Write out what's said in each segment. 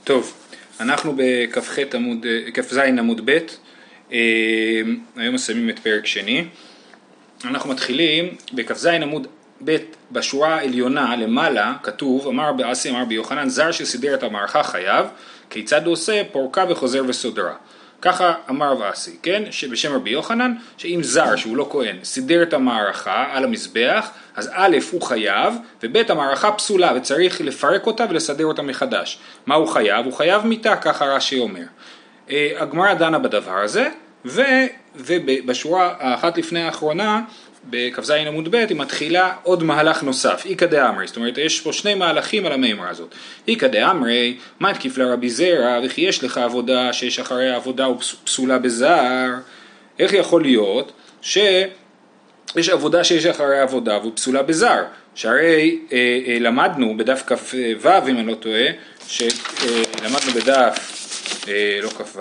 טוב, אנחנו בכ"ז עמוד ב', היום מסיימים את פרק שני. אנחנו מתחילים בכ"ז עמוד ב', בשורה העליונה למעלה כתוב, אמר רבי אסי אמר רבי יוחנן, זר שסידר את המערכה חייב, כיצד הוא עושה? פורקה וחוזר וסודרה. ככה אמר רבי אסי, כן? שבשם רבי יוחנן, שאם זר שהוא לא כהן סידר את המערכה על המזבח, אז א' הוא חייב, וב' המערכה פסולה וצריך לפרק אותה ולסדר אותה מחדש. מה הוא חייב? הוא חייב מיתה, ככה רש"י אומר. הגמרא דנה בדבר הזה, ובשורה האחת לפני האחרונה, בכ"ז עמוד ב', היא מתחילה עוד מהלך נוסף, איקא דאמרי, זאת אומרת יש פה שני מהלכים על המימרה הזאת. איקא דאמרי, מה תקיף לרבי זרע, וכי יש לך עבודה שיש אחרי העבודה ופסולה בזר, איך יכול להיות שיש עבודה שיש אחרי העבודה ופסולה בזר? שהרי למדנו בדף כ"ו, אם אני לא טועה, שלמדנו בדף, לא כ"ו,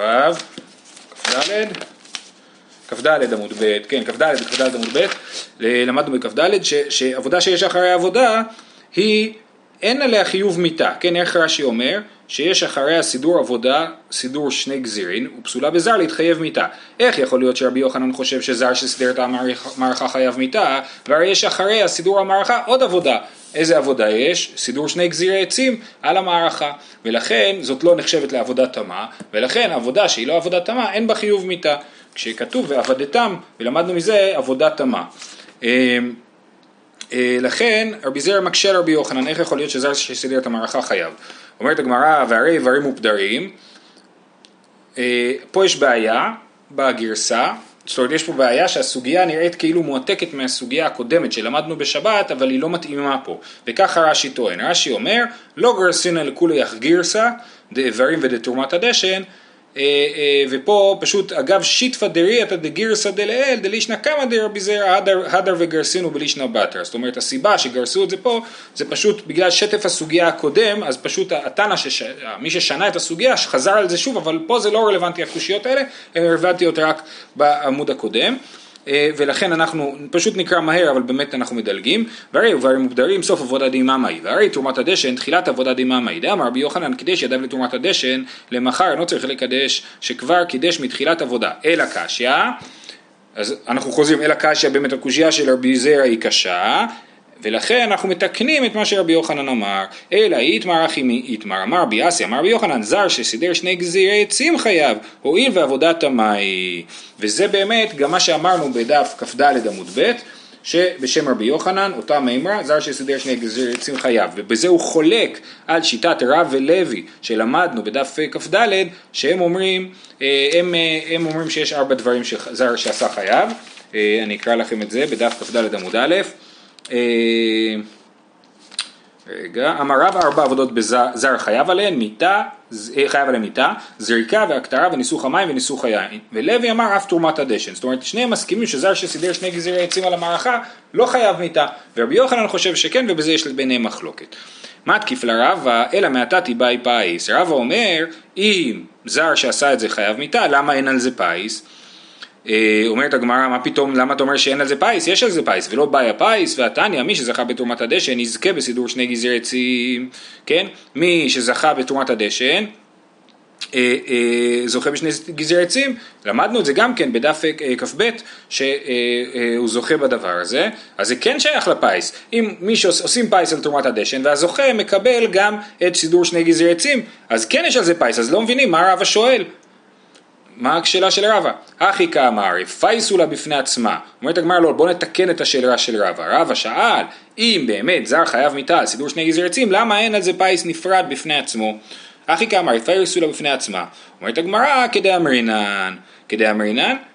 כ"ד עמוד ב', כן, כ"ד עמוד ב', למדנו בכ"ד שעבודה שיש אחרי העבודה היא אין עליה חיוב מיתה, כן, איך רש"י אומר? שיש אחרי הסידור עבודה, סידור שני גזירין, ופסולה בזר להתחייב מיתה. איך יכול להיות שרבי יוחנן חושב שזר שסידר את המערכה חייב מיתה, והרי יש אחרי הסידור המערכה עוד עבודה. איזה עבודה יש? סידור שני גזירי עצים על המערכה, ולכן זאת לא נחשבת לעבודה תמה, ולכן עבודה שהיא לא עבודה תמה אין בה חיוב מיתה. כשכתוב ועבדתם, ולמדנו מזה עבודה תמה. לכן רבי זרע מקשה על רבי יוחנן, איך יכול להיות שזר שסידר את המערכה חייב? אומרת הגמרא, והרי איברים ופדרים, פה יש בעיה בגרסה, זאת אומרת יש פה בעיה שהסוגיה נראית כאילו מועתקת מהסוגיה הקודמת שלמדנו בשבת, אבל היא לא מתאימה פה, וככה רש"י טוען. רש"י אומר, לא גרסינא לכולי אך גרסה, דאיברים ודתרומת הדשן, ופה פשוט אגב שיטפא דריתא דגרסא דלאל דלישנא קמא דרבי זרע הדר וגרסינו בלישנא בתרא. זאת אומרת הסיבה שגרסו את זה פה זה פשוט בגלל שטף הסוגיה הקודם, אז פשוט התנא מי ששנה את הסוגיה שחזר על זה שוב, אבל פה זה לא רלוונטי הקושיות האלה, הן רלוונטיות רק בעמוד הקודם, ולכן אנחנו פשוט נקרא מהר, אבל באמת אנחנו מדלגים. והרי איברים מוגדרים סוף עבודה דממאי, והרי תרומת הדשן תחילת עבודה דממאי. דאמר רבי יוחנן קידש ידיו לתרומת הדשן, למחר אינו צריך לקדש שכבר קידש מתחילת עבודה. אלא קשיא, אז אנחנו חוזרים, אלא קשיא, באמת הקושיה של רבי זרע היא קשה, ולכן אנחנו מתקנים את מה שרבי יוחנן אמר. אלא איתמר אחי מאיתמר, אמר רבי אסי אמר רבי יוחנן, זר שסידר שני גזירי עצים חייב, הואיל ועבודת תמאי. וזה באמת גם מה שאמרנו בדף כ"ד עמוד ב', שבשם רבי יוחנן אותה מימרה, זר שסידר שני גזירי עצים חייב, ובזה הוא חולק על שיטת רב ולוי שלמדנו בדף כ"ד, שהם אומרים, הם אומרים שיש 4 דברים שזר שעשה חייב. אני אקרא לכם את זה בדף כ"ד עמוד א'. רגע, אמר רב 4 עבודות בזר חייב עליהן מיתה, זריקה והקטרה וניסוך המים וניסוך היין. ולוי אמר אף תרומת הדשן. זאת אומרת שניהם מסכימים שזר שסידר שני גזירי עצים על המערכה לא חייב מיתה, ורבי יוחנן חושב שכן, ובזה יש ביניהם מחלוקת. מה תקיף לרבא? אלא מעתה תיבאי פייס. רבא אומר אם זר שעשה את זה חייב מיתה, למה אין על זה פייס? אומרת הגמרא, מה פתאום, למה אתה אומר שאין על זה פייס? יש על זה פייס, ולא באי הפייס, והתניא, מי שזכה בתרומת הדשן, יזכה בסידור שני גזירי עצים, כן? מי שזכה בתרומת הדשן, זוכה בשני גזירי עצים, למדנו את זה גם כן בדף כ"ב, שהוא זוכה בדבר הזה, אז זה כן שייך לפייס. אם מי שעושים פייס על תרומת הדשן, והזוכה מקבל גם את סידור שני גזירי עצים, אז כן יש על זה פייס, אז לא מבינים מה רבא שואל. מה השאלה של רבא? אחי כאמר, פייסו לה בפני עצמה. אומרת הגמרא, לא, בוא נתקן את השאלה של רבא. רבא שאל, אם באמת זר חייב מיתה על סידור שני גזירי עצים, למה אין על זה פייס נפרד בפני עצמו? אחי כאמר, פייסו לה בפני עצמה. אומרת הגמרא, כדאמרינן,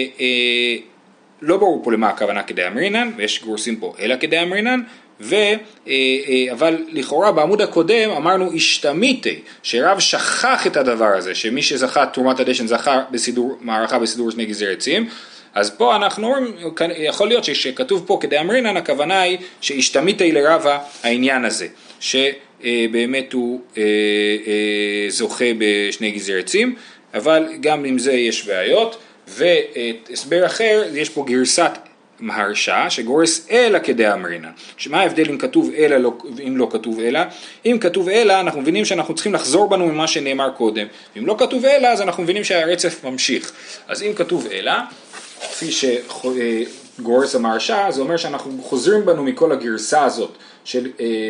לא ברור פה למה הכוונה כדאמרינן, ויש גורסים פה אלא כדאמרינן, אבל לכאורה בעמוד הקודם אמרנו השתמיתי, שרב שכח את הדבר הזה, שמי שזכה תרומת הדשן זכה מערכה בסידור שני גזירי עצים. אז פה אנחנו אומרים, יכול להיות שכתוב פה כדאמרינן, הכוונה היא שהשתמיתי לרבא העניין הזה, שבאמת הוא זוכה בשני גזירי עצים, אבל גם עם זה יש בעיות. והסבר אחר, יש פה גרסת מהרשה שגורס אלא כדאמרינן. מה ההבדל אם כתוב אלא אם לא כתוב אלא? אם כתוב אלא אנחנו מבינים שאנחנו צריכים לחזור בנו ממה שנאמר קודם, אם לא כתוב אלא אז אנחנו מבינים שהרצף ממשיך. אז אם כתוב אלא, כפי שגורס המהרשה, זה אומר שאנחנו חוזרים בנו מכל הגרסה הזאת של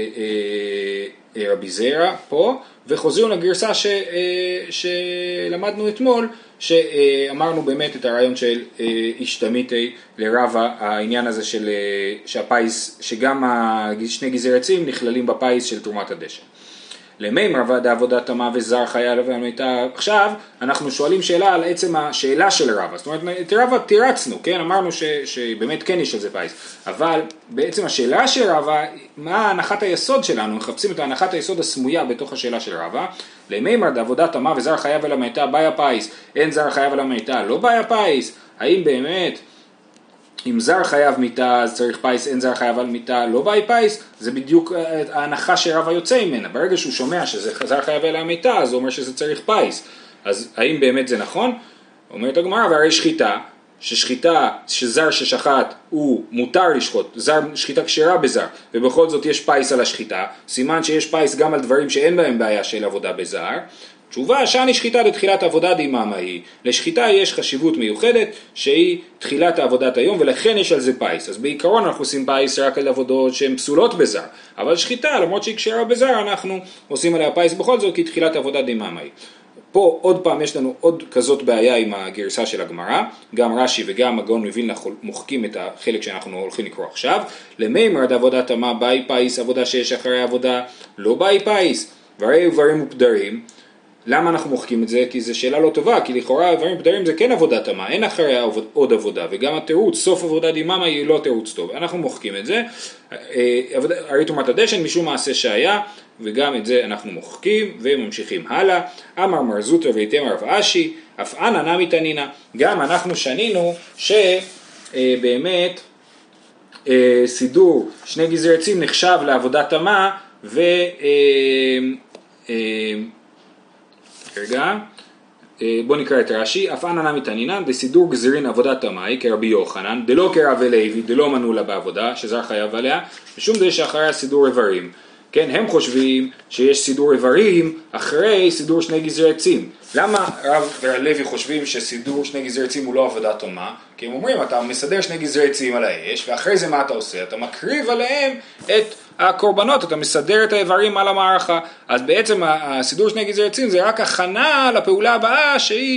רבי זרע פה, וחוזרים לגרסה שלמדנו אתמול, שאמרנו באמת את הרעיון של השתמיתי לרבה, העניין הזה של שהפייס, שגם שני גזעי עצים נכללים בפייס של תרומת הדשא. למימר ועד עבודת תמה וזר חיה והמיתה. עכשיו אנחנו שואלים שאלה על עצם השאלה של רבה, זאת אומרת את רבה תירצנו, כן? אמרנו שבאמת כן יש על זה פייס, אבל בעצם השאלה של רבה, מה הנחת היסוד שלנו? מחפשים את הנחת היסוד הסמויה בתוך השאלה של רבה. למימר עבודת תמה וזר חיה ולמיתה באיה פייס, אין זר חיה ולמיתה לא באיה פייס. האם באמת אם זר חייב מיתה אז צריך פייס, אין זר חייב על מיתה לא באי פייס? זה בדיוק ההנחה שרבה יוצא ממנה. ברגע שהוא שומע שזה זר חייב על המיתה אז הוא אומר שזה צריך פייס. אז האם באמת זה נכון? אומרת הגמרא, והרי שחיטה, שזר ששחט הוא מותר לשחוט, שחיטה כשרה בזר, ובכל זאת יש פייס על השחיטה, סימן שיש פייס גם על דברים שאין בהם בעיה של עבודה בזר. תשובה, שאני שחיטה לתחילת עבודה דיממה היא. לשחיטה יש חשיבות מיוחדת שהיא תחילת עבודת היום ולכן יש על זה פייס. אז בעיקרון אנחנו עושים פייס רק על עבודות שהן פסולות בזר. אבל שחיטה, למרות שהיא כשרה בזר, אנחנו עושים עליה פייס בכל זאת כי תחילת עבודה דיממה היא. פה עוד פעם יש לנו עוד כזאת בעיה עם הגרסה של הגמרא. גם רש"י וגם הגאון מווילנה מוחקים את החלק שאנחנו הולכים לקרוא עכשיו. למימר עבודת תמה באי פייס, עבודה שיש אחרי עבודה לא באי פייס. והרי דברים ופדרים. למה אנחנו מוחקים את זה? כי זו שאלה לא טובה, כי לכאורה דברים פדרים זה כן עבודה תמה, אין אחריה עוד עבודה, וגם התירוץ, סוף עבודה דיממה היא לא תירוץ טוב, אנחנו מוחקים את זה, הרי תרומת הדשן משום מעשה שהיה, וגם את זה אנחנו מוחקים וממשיכים הלאה. אמר מר זוטרא ואיתמר רב אשי, אף אנא נמי תנינא, גם אנחנו שנינו שבאמת סידור שני גזרי עצים נחשב לעבודה תמה, רגע, בוא נקרא את רש"י. אף אנא נמי תנינן דסידור גזירין עבודת תמאי כרבי יוחנן דלא כרבי לוי דלא מנו לה בעבודה שזר חייב עליה ושום זה שאחריה סידור איברים. כן, הם חושבים שיש סידור איברים אחרי סידור שני גזרי עצים. למה רב ולוי חושבים שסידור שני גזרי עצים הוא לא עבודה תמה? כי הם אומרים אתה מסדר שני גזרי עצים על האש ואחרי זה מה אתה עושה? אתה מקריב עליהם את הקורבנות, אתה מסדר את האיברים על המערכה. אז בעצם הסידור שני גזרי עצים זה רק הכנה לפעולה הבאה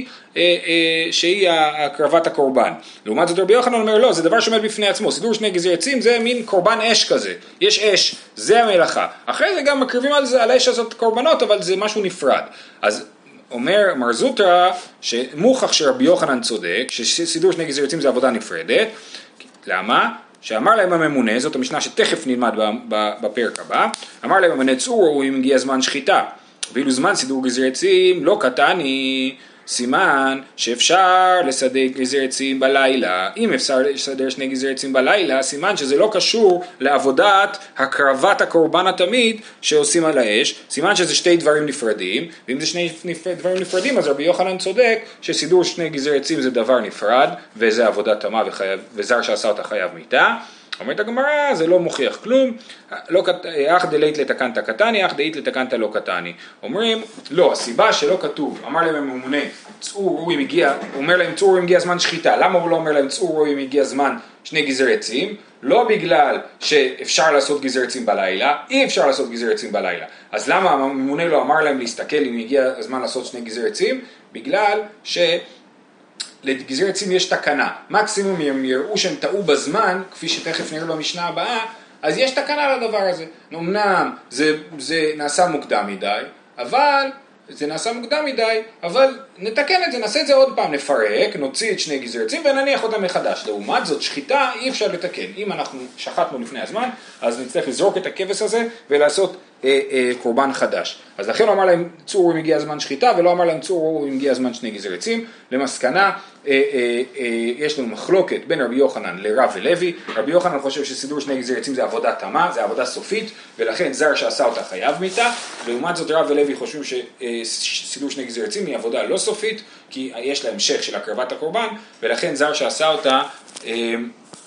שהיא הקרבת הקורבן. לעומת זאת רבי יוחנן אומר לא, זה דבר שעומד בפני עצמו. סידור שני גזרי עצים זה מין קורבן אש כזה, יש אש, זה המלאכה. אחרי זה גם מקריבים על זה, על האש הזאת קורבנות, אבל זה משהו נפרד. אז אומר מר זוטרא שמוכח שרבי יוחנן צודק שסידור שני גזרי עצים זה עבודה נפרדת. למה? שאמר להם הממונה, זאת המשנה שתכף נלמד בפרק הבא, אמר להם הממונה צורו אם הגיע זמן שחיטה, ואילו זמן סידור גזרי עצים לא קטני, סימן שאפשר לסדר גזרי עצים בלילה. אם אפשר לסדר שני גזרי עצים בלילה, סימן שזה לא קשור לעבודת הקרבת הקורבן התמיד שעושים על האש, סימן שזה שתי דברים נפרדים, ואם זה שני דברים נפרדים אז רבי יוחנן צודק שסידור שני גזרי עצים זה דבר נפרד וזה עבודה תמה וזר שעשה אותה חייב מיתה. אומרת הגמרא, זה לא מוכיח כלום, אך דלית לתקנת קטני, אך דלית לתקנת לא קטני. אומרים, לא, הסיבה שלא כתוב, אמר להם הממונה, צאו אם הגיע, אומר להם צאו אם הגיע זמן שחיטה, למה הוא לא אומר להם צאו אם הגיע זמן שני גזרי עצים? לא בגלל שאפשר לעשות גזרי עצים בלילה, אי אפשר לעשות גזרי עצים בלילה. אז למה הממונה לא אמר להם להסתכל אם הגיע הזמן לעשות שני גזרי עצים? בגלל לגזרי עצים יש תקנה, מקסימום אם יראו שהם טעו בזמן, כפי שתכף נראה במשנה הבאה, אז יש תקנה לדבר הזה. אמנם זה נעשה מוקדם מדי, אבל נתקן את זה, נעשה את זה עוד פעם, נפרק, נוציא את שני גזרי עצים ונניח אותם מחדש. לעומת זאת, שחיטה אי אפשר לתקן. אם אנחנו שחטנו לפני הזמן, אז נצטרך לזרוק את הכבש הזה ולעשות קורבן חדש. אז לכן הוא אמר להם צורו אם הגיע הזמן שחיטה, ולא אמר להם צורו אם הגיע הזמן שני גזרי עצים. למסקנה, יש לנו מחלוקת בין רבי יוחנן לרב ולוי. רבי יוחנן חושב שסידור שני גזרי עצים זה עבודה תמה, זה עבודה סופית, ולכן זר שעשה אותה חייב מיתה. לעומת זאת רב ולוי חושבים שסידור שני גזרי עצים היא עבודה לא סופית, כי יש לה המשך של הקרבת הקורבן, ולכן זר שעשה אותה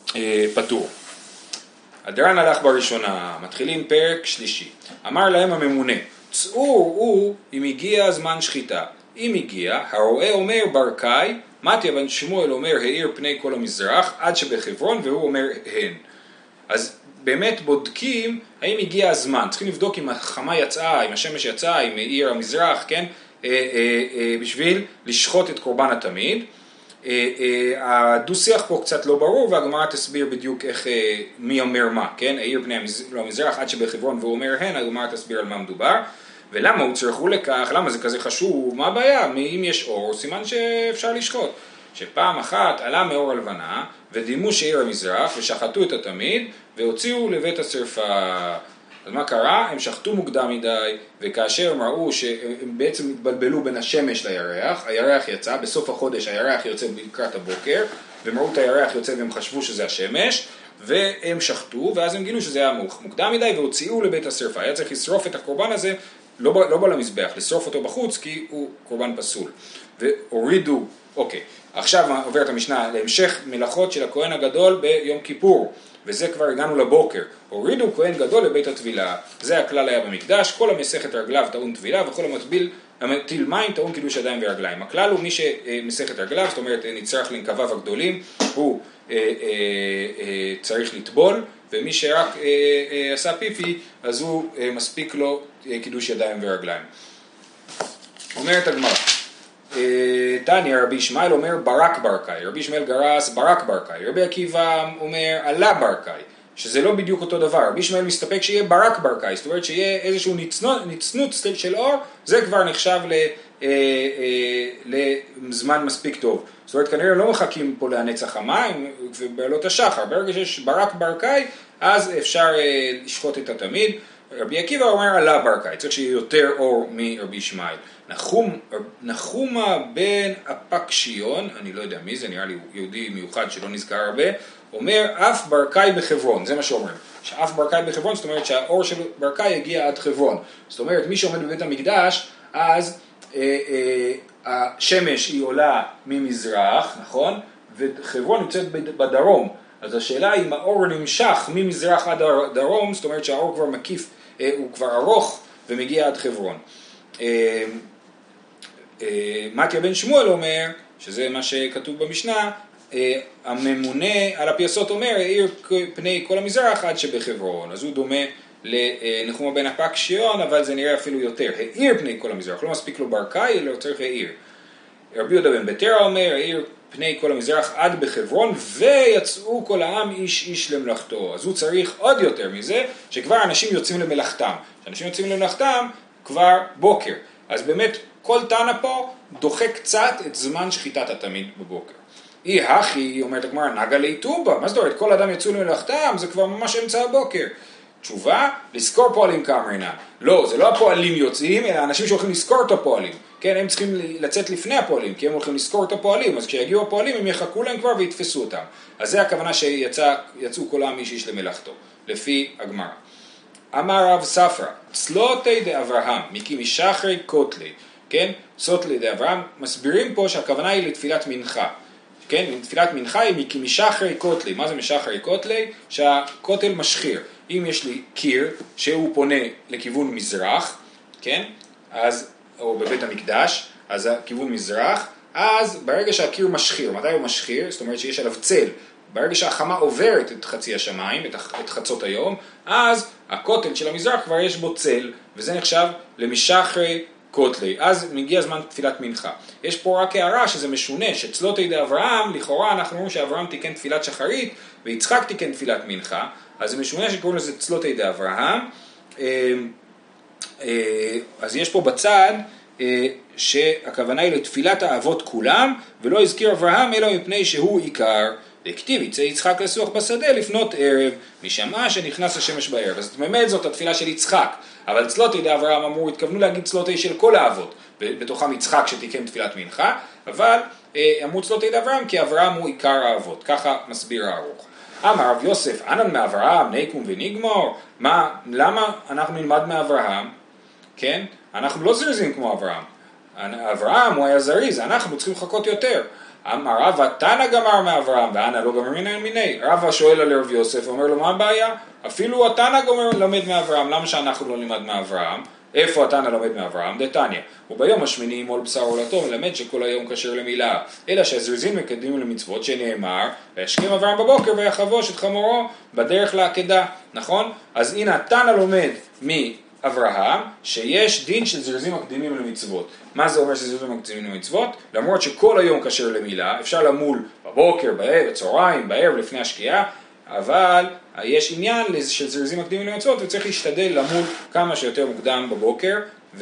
פטור. הדרן הלך בראשונה, מתחילים פרק שלישי. אמר להם הממונה, צאו אם הגיע זמן שחיטה. אם הגיע, הרועה אומר ברקאי, מתיה בן שמואל אומר האיר פני כל המזרח עד שבחברון, והוא אומר הן. אז באמת בודקים האם הגיע הזמן, צריכים לבדוק אם החמה יצאה, אם השמש יצאה, אם העיר המזרח, כן? בשביל לשחוט את קורבן התמיד. הדו-שיח פה קצת לא ברור, והגמרא תסביר בדיוק איך, מי אומר מה, כן? העיר פני המזרח עד שבחברון והוא אומר הן, הגמרא תסביר על מה מדובר. ולמה הוא צריכו לכך, למה זה כזה חשוב, מה הבעיה? אם יש אור, סימן שאפשר לשחוט. שפעם אחת עלה מאור הלבנה, ודימו שעיר המזרח, ושחטו את התמיד, והוציאו לבית השרפה. אז מה קרה? הם שחטו מוקדם מדי, וכאשר הם ראו שהם בעצם התבלבלו בין השמש לירח, הירח יצא, בסוף החודש הירח יוצא לקראת הבוקר, והם ראו את הירח יוצא והם חשבו שזה השמש, והם שחטו, ואז הם גילו שזה היה מוקדם מדי, והוציאו לבית השרפה. היה צריך לשרוף את הקורבן הזה, לא בא למזבח, לשרוף אותו בחוץ, כי הוא קורבן פסול. והורידו, אוקיי, עכשיו עוברת המשנה להמשך מלאכות של הכהן הגדול ביום כיפור, וזה כבר הגענו לבוקר. הורידו כהן גדול לבית הטבילה, זה הכלל היה במקדש, כל המסכת רגליו טעון טבילה, וכל המטיל מים טעון קידוש ידיים ורגליים. הכלל הוא מי שמסכת רגליו, זאת אומרת נצטרך לנקביו הגדולים, הוא צריך לטבול, ומי שרק עשה פיפי, אז הוא מספיק לו קידוש ידיים ורגליים. אומרת הגמרא, תניא רבי ישמעאל אומר ברק ברקאי, רבי ישמעאל גרס ברק ברקאי, רבי עקיבא אומר עלה ברקאי, שזה לא בדיוק אותו דבר. רבי ישמעאל מסתפק שיהיה ברק ברקאי, זאת אומרת שיהיה איזשהו נצנוץ של אור, זה כבר נחשב לזמן מספיק טוב. זאת אומרת כנראה לא מחכים פה לנצח המים ובעלות השחר, ברגע שיש ברק ברקאי אז אפשר לשחוט את התמיד. רבי עקיבא אומר עלה ברקאי, צריך שיהיה יותר אור מרבי ישמעאל. נחומה בן אפקשיון, אני לא יודע מי זה, נראה לי יהודי מיוחד שלא נזכר הרבה, אומר אף ברקאי בחברון, זה מה שאומרים, שאף ברקאי בחברון, זאת אומרת שהאור של ברקאי הגיע עד חברון, זאת אומרת מי שעומד בבית המקדש, אז השמש היא עולה ממזרח, נכון? וחברון נמצאת בדרום, אז השאלה היא אם האור נמשך ממזרח עד הדרום, זאת אומרת שהאור כבר מקיף, הוא כבר ארוך ומגיע עד חברון. מתיה בן שמואל אומר, שזה מה שכתוב במשנה, הממונה על הפייסות אומר, האיר פני כל המזרח עד שבחברון, אז הוא דומה לנחומה בן אפקשיון, אבל זה נראה אפילו יותר, האיר פני כל המזרח, לא מספיק לו ברקאי, אלא צריך האיר. רבי יהודה בן בתרא אומר, האיר פני כל המזרח עד בחברון, ויצאו כל העם איש איש למלאכתו. אז הוא צריך עוד יותר מזה, שכבר אנשים יוצאים למלאכתם. כשאנשים יוצאים למלאכתם, כבר בוקר. אז באמת, כל תנא פה דוחה קצת את זמן שחיטת התמיד בבוקר. אי הכי, אומרת הגמרא, נגה ליטובה. מה זאת אומרת? כל אדם יצאו למלאכתם, זה כבר ממש אמצע הבוקר. תשובה, לזכור פועלים כאמרינן. לא, זה לא הפועלים יוצאים, אלא אנשים שהולכים לזכור את הפועלים. כן, הם צריכים לצאת לפני הפועלים, כי הם הולכים לזכור את הפועלים, אז כשיגיעו הפועלים הם יחכו להם כבר ויתפסו אותם. אז זה הכוונה שיצאו כל העם איש איש למלאכתו, לפי הגמרא. אמר רב ספרא, צלותי דאברהם, מקים משחרי קוטלי, כן? צלותי דאברהם, מסבירים פה שהכוונה היא לתפילת מנחה. כן, תפילת מנחה היא מקים משחרי קוטלי. מה זה משחרי קוטלי? שהקוטל משחיר. אם יש לי קיר שהוא פונה לכיוון מזרח, כן? אז, או בבית המקדש, אז הכיוון מזרח, אז ברגע שהקיר משחיר, מתי הוא משחיר? זאת אומרת שיש עליו צל. ברגע שהחמה עוברת את חצי השמיים, את חצות היום, אז הקוטל של המזרח כבר יש בו צל, וזה נחשב למשחרי קוטלי. אז מגיע זמן תפילת מנחה. יש פה רק הערה שזה משונה, שצלותי דאברהם, לכאורה אנחנו רואים שאברהם תיקן תפילת שחרית, ויצחק תיקן תפילת מנחה, אז זה משונה שקוראים לזה צלותי דאברהם. אז יש פה בצד שהכוונה היא לתפילת האבות כולם, ולא הזכיר אברהם אלא מפני שהוא עיקר. דכתיב יצא יצחק לסוח בשדה לפנות ערב, משמעה שנכנס השמש בערב. אז באמת זאת התפילה של יצחק, אבל צלותי דאברהם אמרו, התכוונו להגיד צלותי של כל האבות, בתוכם יצחק שתיקן תפילת מנחה, אבל אמרו צלותי דאברהם כי אברהם הוא עיקר האבות, ככה מסביר הערוך. אמר רב יוסף, אנן מאברהם ניקום ונגמור, למה אנחנו נלמד מאברהם? כן? אנחנו לא זריזים כמו אברהם. אברהם הוא היה זריז, אנחנו צריכים לחכות יותר. אמר רבא תנא גמר מאברהם ואנא לא גמר מיני. רבא שואל על רב יוסף, אומר לו מה הבעיה? אפילו התנא גומר לומד מאברהם, למה שאנחנו לא נלמד מאברהם? איפה התנא לומד מאברהם? דתניא, וביום השמיני ימול בשר עולתו, מלמד שכל היום כשר למילה, אלא שהזריזים מקדימים למצוות שנאמר, וישכם אברהם בבוקר ויחבוש את חמורו בדרך לעקדה, נכון? אז הנה התנא לומד מאברהם שיש דין של זריזים מקדימים למצוות. מה זה אומר שזריזים מקדימים למצוות? למרות שכל היום כשר למילה, אפשר למול בבוקר, בערב, בצהריים, בערב לפני השקיעה, אבל יש עניין של זריזים מקדימים למצוות וצריך להשתדל למול כמה שיותר מוקדם בבוקר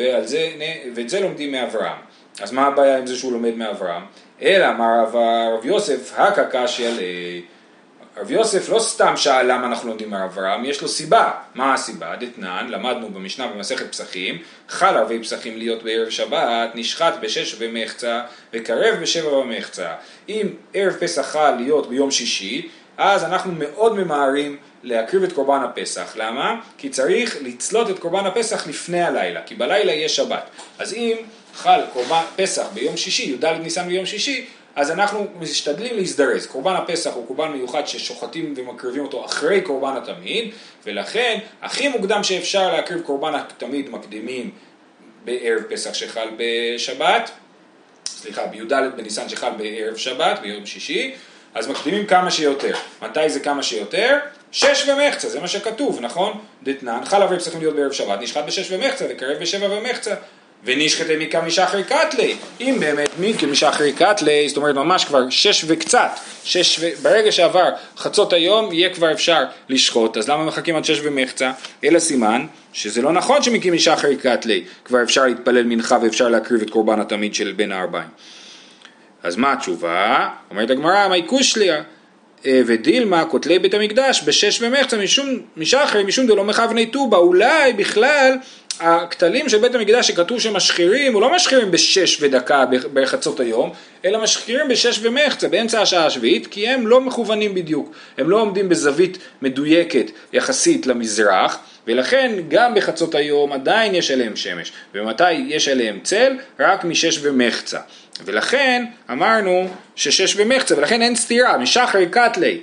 ואת זה לומדים מאברהם. אז מה הבעיה עם זה שהוא לומד מאברהם? אלא אמר רב יוסף הקקשיא ליה. רב יוסף לא סתם שאל למה אנחנו לומדים מאברהם, יש לו סיבה. מה הסיבה? דתנן, למדנו במשנה במסכת פסחים, חל ערבי פסחים להיות בערב שבת, נשחט בשש ומחצה וקרב בשבע ומחצה. אם ערב פסח חל להיות ביום שישי, אז אנחנו מאוד ממהרים להקריב את קורבן הפסח. למה? כי צריך לצלות את קורבן הפסח לפני הלילה, כי בלילה יש שבת. אז אם חל קורבן פסח ביום שישי, י"ד ניסן ביום שישי, אז אנחנו משתדלים להזדרז. קורבן הפסח הוא קורבן מיוחד ששוחטים ומקריבים אותו אחרי קורבן התמיד, ולכן הכי מוקדם שאפשר להקריב קורבן התמיד מקדימים בערב פסח שחל בשבת, בי"ד בניסן שחל בערב שבת, ביום שישי, אז מקדימים כמה שיותר. מתי זה כמה שיותר? 6 ומחצה, זה מה שכתוב, נכון? דתנן, חל ערבי פסחים להיות בערב שבת, נשחט ב6 ומחצה וקרב ב7 ומחצה. ונשחטה מכא משחרי קטלי. אם באמת מכא משחרי קטלי, זאת אומרת ממש כבר 6 וקצת, ברגע שעבר חצות היום יהיה כבר אפשר לשחוט, אז למה מחכים עד 6 ומחצה? אלא סימן שזה לא נכון שמכא משחרי קטלי, כבר אפשר להתפלל מנחה ואפשר להקריב את קורבן התמיד של בין הארבעים. אז מה התשובה? אומרת הגמרא, מי קושליה? ודילמה כותלי בית המקדש בשש ומחצה משחרי משום דלא מכווני טובה. אולי בכלל הכתלים של בית המקדש שכתוב שמשחירים, הוא לא משחירים בשש ודקה בחצות היום, אלא משחירים בשש ומחצה באמצע השעה השביעית, כי הם לא מכוונים בדיוק, הם לא עומדים בזווית מדויקת יחסית למזרח, ולכן גם בחצות היום עדיין יש עליהם שמש, ומתי יש עליהם צל? רק משש ומחצה. ולכן אמרנו ששש ומחצה, ולכן אין סתירה, משחר קטלי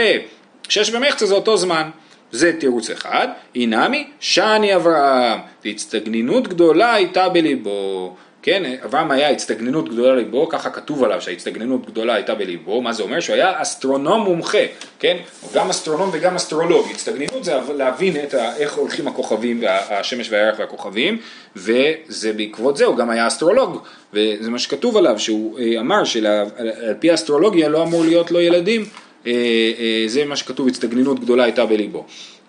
ושש ומחצה זה אותו זמן. זה תירוץ אחד. אינמי שני אברהם, והצטגנינות גדולה הייתה בליבו. כן, אברהם היה הצטגנינות גדולה ליבו, ככה כתוב עליו שההצטגנינות גדולה הייתה בליבו. מה זה אומר? שהוא היה אסטרונום מומחה, כן? גם אסטרונום וגם אסטרולוג. הצטגנינות זה להבין איך הולכים הכוכבים והשמש והירח והכוכבים, וזה בעקבות זה הוא גם היה אסטרולוג, וזה מה שכתוב עליו, שהוא אמר שעל פי האסטרולוגיה לא אמור להיות לו ילדים, זה מה שכתוב, הצטגנינות גדולה הייתה בליבו.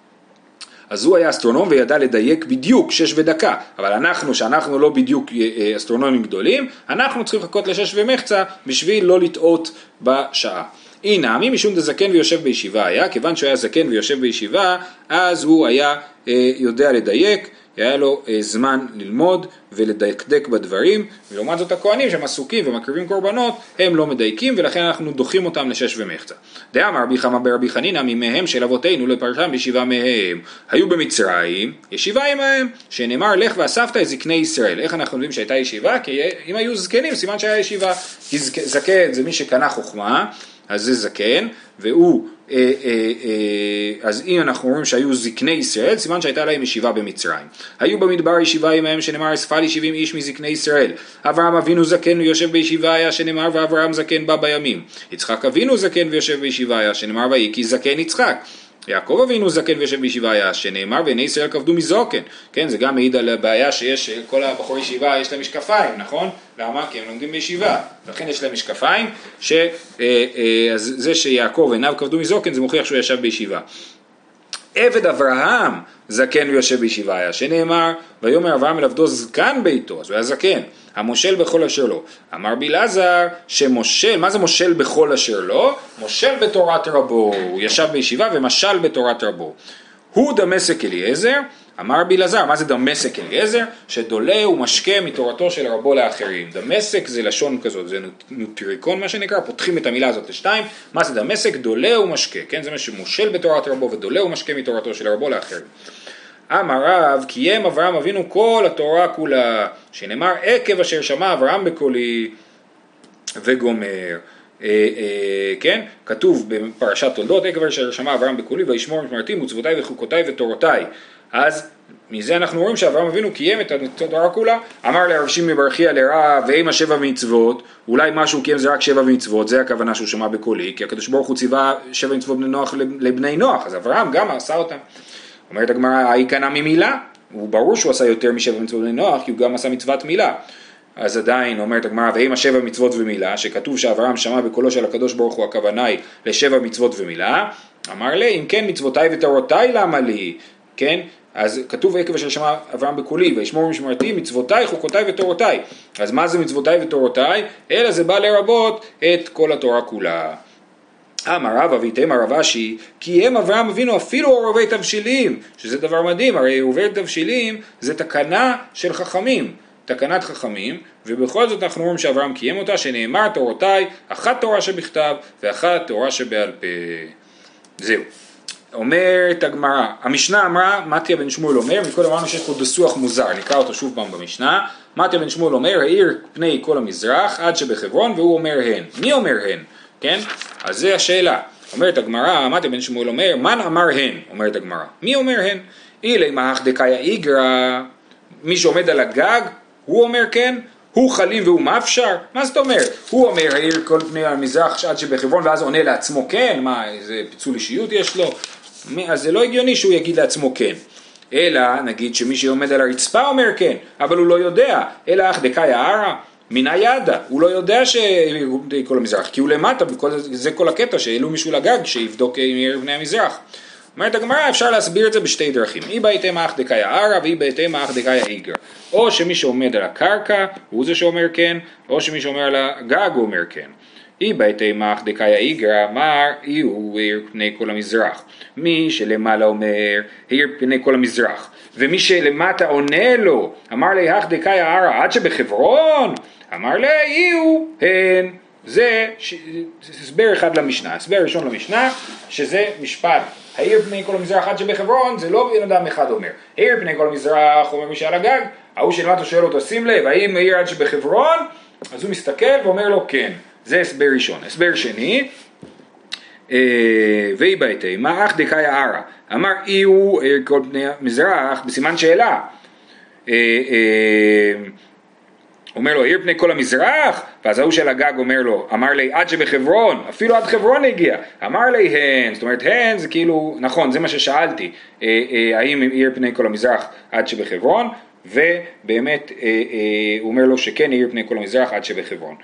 אז הוא היה אסטרונום וידע לדייק בדיוק 6 ודקה, אבל שאנחנו לא בדיוק אסטרונומים גדולים, אנחנו צריכים לחכות ל6 ומחצה בשביל לא לטעות בשעה. הנה, מי משום דזקן ויושב בישיבה היה, כיוון שהוא היה זקן ויושב בישיבה, אז הוא היה יודע לדייק, היה לו זמן ללמוד ולדקדק בדברים, ולעומת זאת הכהנים שהם עסוקים ומקריבים קורבנות, הם לא מדייקים, ולכן אנחנו דוחים אותם ל6 ומחצה. דאמר רבי חמא ברבי חנינא, מימיהם של אבותינו לפרשם בישיבה מהם. היו במצרים ישיבה עמהם, שנאמר לך ואספת את זקני ישראל. איך אנחנו יודעים שהייתה ישיבה? כי אם היו זקנים סימן שהיה ישיבה, כי זקן זה מי שקנה חוכמה, אז זה זקן, והוא, אז אם אנחנו אומרים שהיו זקני ישראל, סימן שהייתה להם ישיבה במצרים. היו במדבר ישיבה עמהם, שנאמר אספה לי 70 איש מזקני ישראל. אברהם אבינו זקן ויושב בישיבה היה, שנאמר ואברהם זקן בא בימים. יצחק אבינו זקן ויושב בישיבה היה, שנאמר ויהי זקן יצחק. יעקב אבינו זקן ויושב בישיבה היה, שנאמר ועיני ישראל כבדו מזוקן. כן, זה גם מעיד על הבעיה שיש, כל הבחורי ישיבה יש להם משקפיים, נכון? למה? כי הם לומדים בישיבה, לכן יש להם משקפיים, אז זה שיעקב עיניו כבדו מזוקן, זה מוכיח שהוא ישב בישיבה. עבד אברהם זקן ויושב בישיבה היה, שנאמר ויאמר אברהם אל עבדו זקן ביתו, אז הוא היה זקן, המושל בכל אשר לו. אמר בלעזר שמושל, מה זה מושל בכל אשר לו? מושל בתורת רבו, הוא ישב בישיבה ומשל בתורת רבו. הוא דמשק אליעזר, אמר בלעזר, מה זה דמשק אליעזר? שדולה ומשקה מתורתו של רבו לאחרים. דמשק זה לשון כזאת, זה נוטריקון מה שנקרא, פותחים את המילה הזאת לשתיים. מה זה דמשק? דולה ומשקה, כן? זה מה שמושל בתורת רבו ודולה ומשקה מתורתו של רבו לאחרים. אמר רב, קיים אברהם אבינו כל התורה כולה, שנאמר עקב אשר שמע אברהם בקולי וגומר. כן? כתוב בפרשת תולדות, עקב אשר שמע אברהם בקולי וישמור משמרתי מצוותיי וחוקותיי ותורותיי. אז מזה אנחנו רואים שאברהם אבינו קיים את התורה כולה. אמר לרב שמעון מברכיה לרע ואימה 7 מצוות, אולי משהו קיים זה רק 7 מצוות, זה הכוונה שהוא שמע בקולי, כי הקדוש ברוך הוא ציווה 7 מצוות בני נוח לבני נוח, אז אברהם גם עשה אותם. אומרת הגמרא, ההיא קנה ממילה, הוא ברור שהוא עשה יותר מ7 מצוות בני נוח, כי הוא גם עשה מצוות מילה. אז עדיין אומרת הגמרא, ואימה 7 מצוות ומילה, שכתוב שאברהם שמע בקולו של הקדוש ברוך הוא, הכוונה היא ל7 מצוות ומילה. אמר לי, אם כן מצוותיי ותורותיי למה לי? כן? אז כתוב עקב אשר שמע אברהם בקולי וישמור משמרתי מצוותיי חוקותיי ותורותיי. אז מה זה מצוותיי ותורותיי? אלא זה בא לרבות את כל התורה כולה. אמר רבא ויתמה רב אשי, כי הם אברהם אבינו אפילו עורבי תבשילים, שזה דבר מדהים, הרי עורבי תבשילים זה תקנה של חכמים, תקנת חכמים, ובכל זאת אנחנו רואים שאברהם קיים אותה, שנאמר תורותיי, אחת תורה שבכתב ואחת תורה שבעל פה. זהו. אומרת הגמרא, המשנה אמרה, מתיה בן שמואל אומר, מקודם אמרנו שיש פה דסוח מוזר, נקרא אותו שוב פעם במשנה, מתיה בן שמואל אומר, האיר פני כל המזרח עד שבחברון, והוא אומר הן. מי אומר הן? כן? אז זה השאלה. אומרת הגמרא, מתיה בן שמואל אומר, מן אמר הן? אומרת הגמרא. מי אומר הן? אילי מהך דקאיה איגרא, מי שעומד על הגג, הוא אומר כן? הוא חלים והוא מאפשר? מה זאת אומרת? הוא אומר, האיר כל פני המזרח עד שבחברון, ואז עונה לעצמו כן? מה, איזה פיצול אישיות יש לו? אז זה לא הגיוני שהוא יגיד לעצמו כן. אלא נגיד שמי שעומד על הרצפה אומר כן, אבל הוא לא יודע. אלא אך דקאיה ערא, מן הידה, הוא לא יודע שכל המזרח, כי הוא למטה, זה כל הקטע, שאלו מישהו לגג שיבדוק עם עיר פני המזרח. אומרת הגמרא, אפשר להסביר את זה בשתי דרכים. אי בהתאמה אך דקאיה ערא, ואי בהתאמה אך דקאיה איגרא. או שמי שעומד על הקרקע, הוא זה שאומר כן, או שמי שעומד על הגג הוא אומר כן. אי בהתאמה אך דקאיה איגרא, אמר, אי הוא העיר פני כל המזרח. מי שלמעלה אומר, העיר פני כל המזרח. ומי שלמטה עונה לו, אמר לי, אך דקאיה ערא, עד שבחברון, אמר לי, אי הוא הן. זה הסבר אחד למשנה, הסבר ראשון למשנה, שזה משפט. העיר פני כל המזרח עד שבחברון, זה לא בן אדם אחד אומר. העיר פני כל המזרח, אומר מי שעל הגג, ההוא שלמטה שואל אותו, שים לב, האם העיר עד שבחברון? אז הוא מסתכל ואומר לו כן. זה הסבר ראשון. הסבר שני, ואי בהתאמה, מה אך דקאיה ערא? אמר אי הוא העיר כל פני המזרח, בסימן שאלה. אומר לו, העיר פני כל המזרח, ואז ההוא של הגג אומר לו, אמר לי, עד שבחברון, אפילו עד חברון הגיע, אמר לי הן, זאת אומרת, הן זה כאילו, נכון, זה מה ששאלתי, האם העיר פני כל המזרח עד שבחברון, ובאמת הוא אומר לו שכן העיר פני כל המזרח עד שבחברון.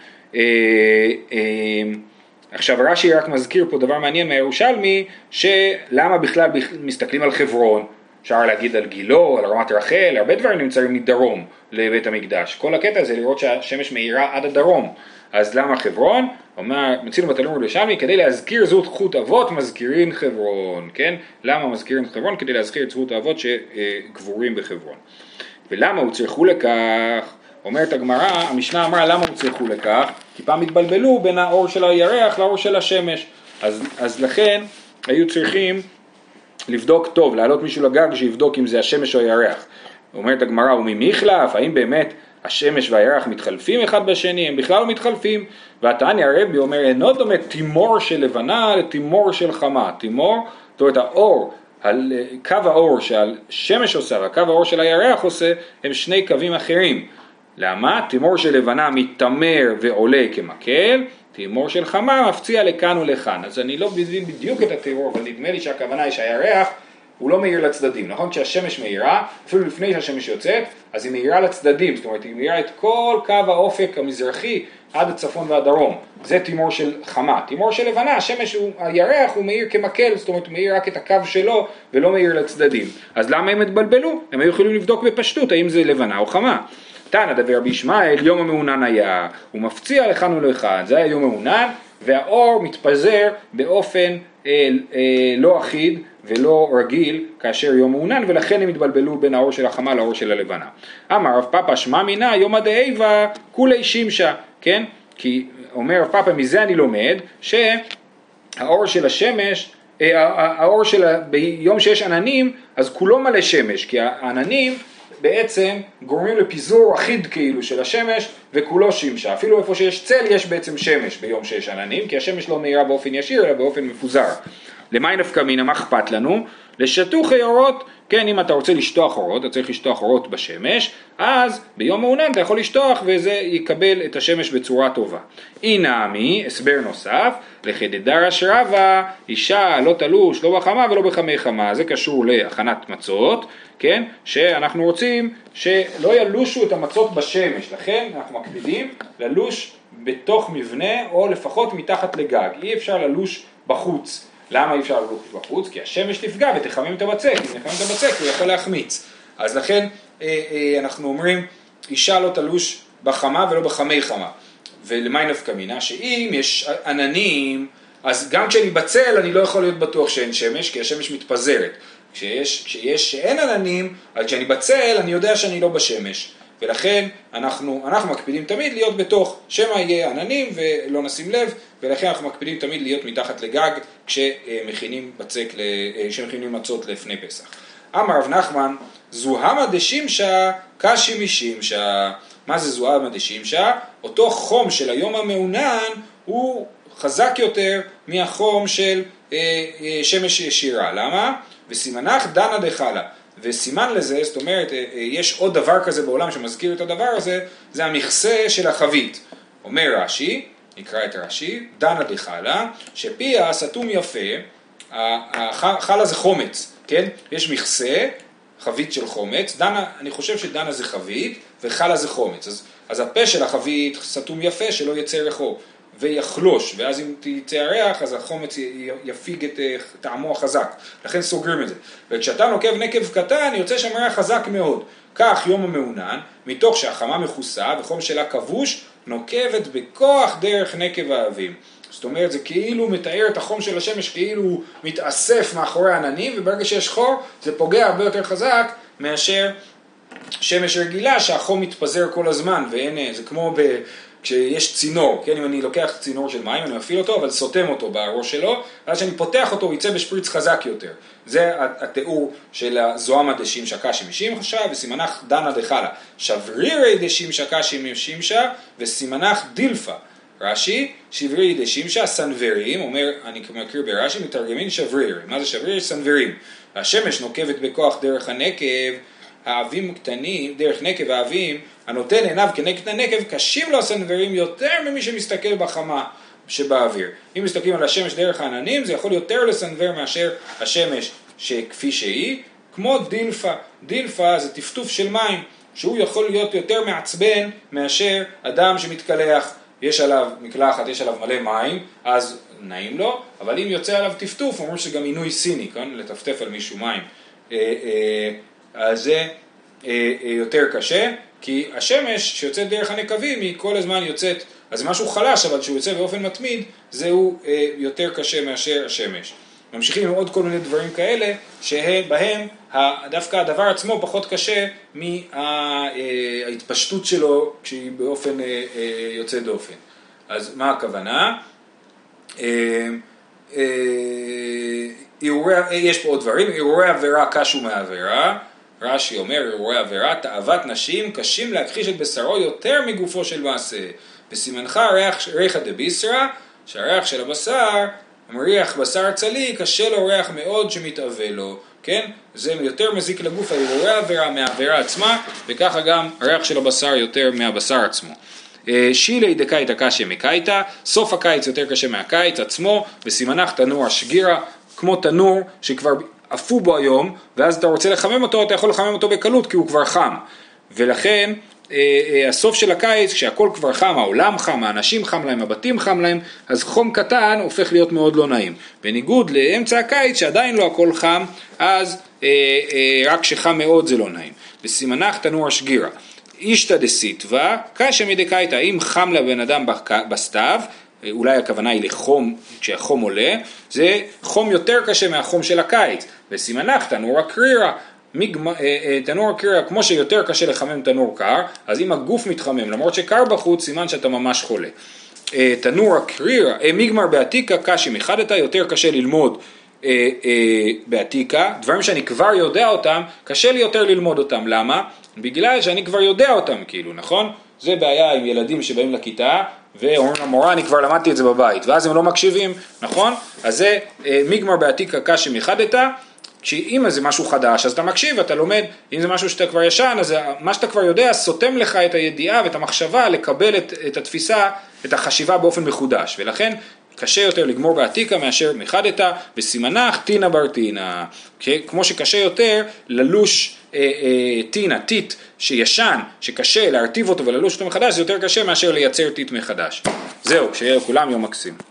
עכשיו רש"י רק מזכיר פה דבר מעניין מהירושלמי, שלמה בכלל מסתכלים על חברון, אפשר להגיד על גילו, על רמת רחל, הרבה דברים נמצאים מדרום לבית המקדש. כל הקטע זה לראות שהשמש מאירה עד הדרום. אז למה חברון? מצינו בתלמוד ירושלמי, כדי להזכיר זכות אבות מזכירים חברון, כן? למה מזכירים חברון? כדי להזכיר את זכות האבות שגבורים בחברון. ולמה הוצרכו לכך? אומרת הגמרא, המשנה אמרה למה הוצרכו לכך? כי פעם התבלבלו בין האור של הירח לאור של השמש. אז לכן היו צריכים לבדוק טוב, להעלות מישהו לגג שיבדוק אם זה השמש או הירח. אומרת הגמרא, ומי יחלף? האם באמת השמש והירח מתחלפים אחד בשני? הם בכלל לא מתחלפים. והתניא הרבי אומר, אינו דומה תימור של לבנה לתימור של חמה. תימור, זאת אומרת האור, קו האור שהשמש עושה והקו האור של הירח עושה, הם שני קווים אחרים. למה? תימור של לבנה מתמר ועולה כמקל, תימור של חמה מפציע לכאן ולכאן. אז אני לא מבין בדיוק את התיאור, אבל נדמה לי שהכוונה היא שהירח הוא לא מאיר לצדדים, נכון? כשהשמש מאירה, אפילו לפני שהשמש יוצאת, אז היא מאירה לצדדים, זאת אומרת היא מאירה את כל קו האופק המזרחי עד הצפון והדרום. זה תימור של חמה. תימור של לבנה, הירח הוא מאיר כמקל, זאת אומרת הוא מאיר רק את הקו שלו ולא מאיר לצדדים. אז למה הם התבלבלו? הם היו יכולים לבדוק בפשטות האם זה לבנה או חמה. תנא דבר רבי ישמעאל, יום המעונן היה, הוא מפציע לכאן ולכאן, זה היה יום המעונן, והאור מתפזר באופן לא אחיד ולא רגיל כאשר יום מעונן, ולכן הם התבלבלו בין האור של החמה לאור של הלבנה. אמר רב פאפא שמע מינה יומא דאיבה כולי שמשה, כן? כי אומר רב פאפא, מזה אני לומד שהאור של השמש, האור של ביום שיש עננים, אז כולו מלא שמש, כי העננים בעצם גורמים לפיזור אחיד כאילו של השמש וכולו שמשה. אפילו איפה שיש צל יש בעצם שמש ביום שיש עננים, כי השמש לא מאירה באופן ישיר אלא באופן מפוזר. למי נפקא מינה, מה אכפת לנו? לשטוחי אורות, כן, אם אתה רוצה לשטוח אורות, אתה צריך לשטוח אורות בשמש, אז ביום מעונן אתה יכול לשטוח וזה יקבל את השמש בצורה טובה. אינמי, הסבר נוסף, לחדדרש רבא, אישה לא תלוש לא בחמה ולא בחמי חמה, זה קשור להכנת מצות, כן, שאנחנו רוצים שלא ילושו את המצות בשמש, לכן אנחנו מקפידים ללוש בתוך מבנה או לפחות מתחת לגג, אי אפשר ללוש בחוץ. למה אי אפשר ללוש בחוץ? כי השמש תפגע ותחמם את הבצק, אם נחמם את הבצק הוא יכול להחמיץ. אז לכן אנחנו אומרים, אישה לא תלוש בחמה ולא בחמי חמה. ולמי נפקא מינה? שאם יש עננים, אז גם כשאני בצל אני לא יכול להיות בטוח שאין שמש, כי השמש מתפזרת. שאין עננים, אז כשאני בצל אני יודע שאני לא בשמש. ולכן אנחנו מקפידים תמיד להיות בתוך, שמא יהיה עננים ולא נשים לב, ולכן אנחנו מקפידים תמיד להיות מתחת לגג כשמכינים מצות לפני פסח. אמר רב נחמן, זוהמה דשימשה קשי משימשה. מה זה זוהמה דשימשה? אותו חום של היום המעונן הוא חזק יותר מהחום של שמש ישירה. למה? וסימנך דנה דחלה. וסימן לזה, זאת אומרת, יש עוד דבר כזה בעולם שמזכיר את הדבר הזה, זה המכסה של החבית. אומר רש"י, נקרא את רש"י, דנה דחלה, שפיה סתום יפה, החלה זה חומץ, כן? יש מכסה, חבית של חומץ, דנה, אני חושב שדנה זה חבית, וחלה זה חומץ. אז הפה של החבית סתום יפה, שלא יצא ריחו, ויחלוש, ואז אם תצא הריח, אז החומץ יפיג את טעמו החזק. לכן סוגרים את זה. וכשאתה נוקב נקב קטן, יוצא שם ריח חזק מאוד. כך יום המעונן, מתוך שהחמה מכוסה וחום שלה כבוש, נוקבת בכוח דרך נקב האבים. זאת אומרת, זה כאילו מתאר את החום של השמש, כאילו הוא מתאסף מאחורי העננים, וברגע שיש חור, זה פוגע הרבה יותר חזק מאשר שמש רגילה, שהחום מתפזר כל הזמן, ואין, זה כמו כשיש צינור, כן, אם אני לוקח צינור של מים, אני מפעיל אותו, אבל סותם אותו בראש שלו, אז כשאני פותח אותו, הוא יצא בשפריץ חזק יותר. זה התיאור של הזוהמה דשימשה קשי משימשה, וסימנך דנה דחלה. שברירי דשימשה קשי משימשה, וסימנך דילפה. רש"י, שברירי דשימשה, סנוורים, אומר, אני מכיר ברש"י, מתרגמים שברירי. מה זה שברירי? סנוורים. השמש נוקבת בכוח דרך הנקב, האבים קטנים, דרך נקב האבים, הנותן עיניו כנגד הנקב, קשים לו הסנוורים יותר ממי שמסתכל בחמה שבאוויר. אם מסתכלים על השמש דרך העננים, זה יכול יותר לסנוור מאשר השמש שכפי שהיא, כמו דילפה. דילפה זה טפטוף של מים, שהוא יכול להיות יותר מעצבן מאשר אדם שמתקלח. יש עליו מקלחת, יש עליו מלא מים, אז נעים לו, אבל אם יוצא עליו טפטוף, אומרים שגם עינוי סיני, כן? לטפטף על מישהו מים. אז זה יותר קשה, כי השמש שיוצאת דרך הנקבים היא כל הזמן יוצאת, אז זה משהו חלש, אבל שהוא יוצא באופן מתמיד, זהו יותר קשה מאשר השמש. ממשיכים עם עוד כל מיני דברים כאלה, שבהם דווקא הדבר עצמו פחות קשה מההתפשטות שלו כשהיא באופן יוצא דופן. אז מה הכוונה? יש פה עוד דברים, אירועי עבירה קשו מעבירה, רש"י אומר, אירועי עבירה, תאוות נשים קשים להכחיש את בשרו יותר מגופו של מעשה. בסימנך ריחא דביסרא, שהריח של הבשר, מריח בשר צלי, קשה לו ריח מאוד שמתאווה לו, כן? זה יותר מזיק לגוף האירועי עבירה מהעבירה עצמה, וככה גם הריח של הבשר יותר מהבשר עצמו. שילי דקאיתא קשיא מקייתא, סוף הקיץ יותר קשה מהקיץ עצמו, וסימנך תנור השגירה, כמו תנור שכבר עפו בו היום, ואז אתה רוצה לחמם אותו, אתה יכול לחמם אותו בקלות כי הוא כבר חם. ולכן הסוף של הקיץ, כשהכל כבר חם, העולם חם, האנשים חם להם, הבתים חם להם, אז חום קטן הופך להיות מאוד לא נעים. בניגוד לאמצע הקיץ שעדיין לא הכל חם, אז רק שחם מאוד זה לא נעים. וסימנך תנור השגירה. אישתא דסיטבא, קשיא מדקאיתא, אם חם לבן אדם בסתיו, אולי הכוונה היא לחום, כשהחום עולה, זה חום יותר קשה מהחום של הקיץ. וסימנך תנור הקרירה, תנור הקרירה, כמו שיותר קשה לחמם תנור קר, אז אם הגוף מתחמם, למרות שקר בחוץ, סימן שאתה ממש חולה. תנור הקרירה, מגמר בעתיקה, קשיא מחדתא, יותר קשה ללמוד בעתיקה, דברים שאני כבר יודע אותם, קשה לי יותר ללמוד אותם. למה? בגלל שאני כבר יודע אותם, כאילו, נכון? זה בעיה עם ילדים שבאים לכיתה, ואומרים למורה, אני כבר למדתי את זה בבית, ואז הם לא מקשיבים, נכון? אז זה מגמר בעתיקה קשה מחדתא, שאם זה משהו חדש, אז אתה מקשיב, אתה לומד, אם זה משהו שאתה כבר ישן, אז מה שאתה כבר יודע, סותם לך את הידיעה ואת המחשבה לקבל את התפיסה, את החשיבה באופן מחודש, ולכן קשה יותר לגמור בעתיקה מאשר מחדתא, וסימנך תינא בר תינא, כמו שקשה יותר ללוש תינא, טיט שישן, שקשה להרטיב אותו וללוש אותו מחדש, זה יותר קשה מאשר לייצר טיט מחדש. זהו, שיהיה לכולם יום מקסים.